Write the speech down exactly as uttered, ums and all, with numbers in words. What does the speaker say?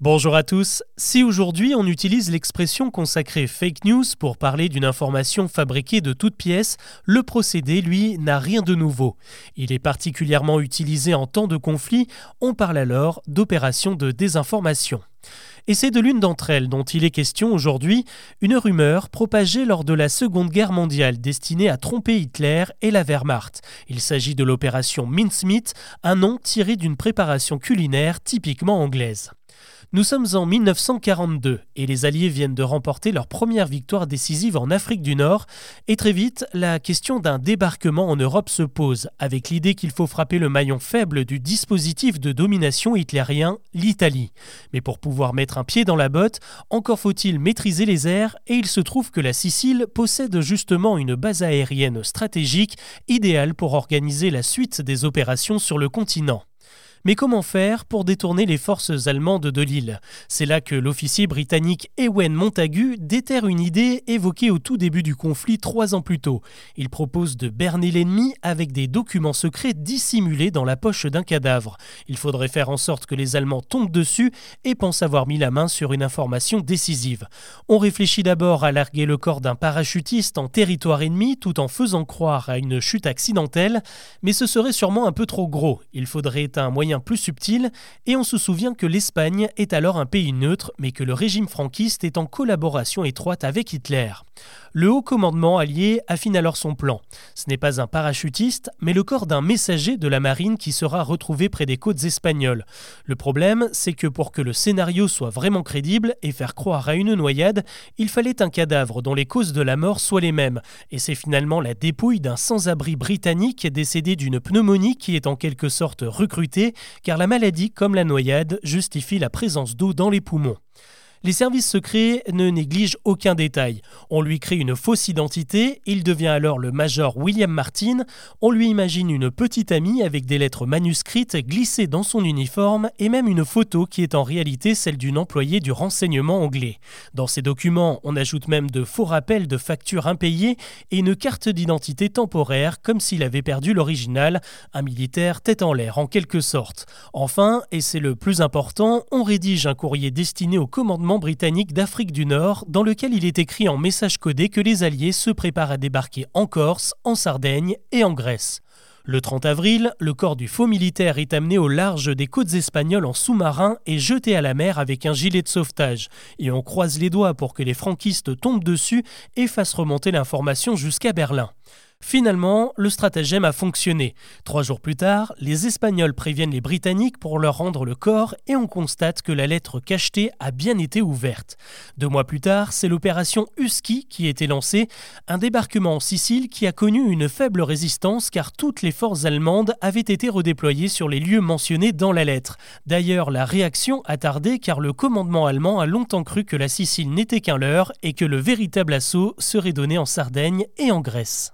Bonjour à tous. Si aujourd'hui on utilise l'expression consacrée fake news pour parler d'une information fabriquée de toutes pièces, le procédé, lui, n'a rien de nouveau. Il est particulièrement utilisé en temps de conflit, on parle alors d'opération de désinformation. Et c'est de l'une d'entre elles dont il est question aujourd'hui, une rumeur propagée lors de la Seconde Guerre mondiale destinée à tromper Hitler et la Wehrmacht. Il s'agit de l'opération Mincemeat, un nom tiré d'une préparation culinaire typiquement anglaise. Nous sommes en mille neuf cent quarante-deux et les Alliés viennent de remporter leur première victoire décisive en Afrique du Nord. Et très vite, la question d'un débarquement en Europe se pose, avec l'idée qu'il faut frapper le maillon faible du dispositif de domination hitlérien, l'Italie. Mais pour pouvoir mettre un pied dans la botte, encore faut-il maîtriser les airs, et il se trouve que la Sicile possède justement une base aérienne stratégique, idéale pour organiser la suite des opérations sur le continent. Mais comment faire pour détourner les forces allemandes de l'île ? C'est là que l'officier britannique Ewen Montagu déterre une idée évoquée au tout début du conflit trois ans plus tôt. Il propose de berner l'ennemi avec des documents secrets dissimulés dans la poche d'un cadavre. Il faudrait faire en sorte que les Allemands tombent dessus et pensent avoir mis la main sur une information décisive. On réfléchit d'abord à larguer le corps d'un parachutiste en territoire ennemi tout en faisant croire à une chute accidentelle, mais ce serait sûrement un peu trop gros. Il faudrait un moyen plus subtil, et on se souvient que l'Espagne est alors un pays neutre, mais que le régime franquiste est en collaboration étroite avec Hitler. Le haut commandement allié affine alors son plan. Ce n'est pas un parachutiste, mais le corps d'un messager de la marine qui sera retrouvé près des côtes espagnoles. Le problème, c'est que pour que le scénario soit vraiment crédible et faire croire à une noyade, il fallait un cadavre dont les causes de la mort soient les mêmes. Et c'est finalement la dépouille d'un sans-abri britannique décédé d'une pneumonie qui est en quelque sorte recrutée, car la maladie, comme la noyade, justifie la présence d'eau dans les poumons. Les services secrets ne négligent aucun détail. On lui crée une fausse identité, il devient alors le major William Martin. On lui imagine une petite amie avec des lettres manuscrites glissées dans son uniforme et même une photo qui est en réalité celle d'une employée du renseignement anglais. Dans ces documents, on ajoute même de faux rappels de factures impayées et une carte d'identité temporaire comme s'il avait perdu l'original, un militaire tête en l'air en quelque sorte. Enfin, et c'est le plus important, on rédige un courrier destiné au commandement britannique d'Afrique du Nord, dans lequel il est écrit en message codé que les Alliés se préparent à débarquer en Corse, en Sardaigne et en Grèce. Le trente avril, le corps du faux militaire est amené au large des côtes espagnoles en sous-marin et jeté à la mer avec un gilet de sauvetage. Et on croise les doigts pour que les franquistes tombent dessus et fassent remonter l'information jusqu'à Berlin. Finalement, le stratagème a fonctionné. Trois jours plus tard, les Espagnols préviennent les Britanniques pour leur rendre le corps et on constate que la lettre cachetée a bien été ouverte. Deux mois plus tard, c'est l'opération Husky qui a été lancée, un débarquement en Sicile qui a connu une faible résistance car toutes les forces allemandes avaient été redéployées sur les lieux mentionnés dans la lettre. D'ailleurs, la réaction a tardé car le commandement allemand a longtemps cru que la Sicile n'était qu'un leurre et que le véritable assaut serait donné en Sardaigne et en Grèce.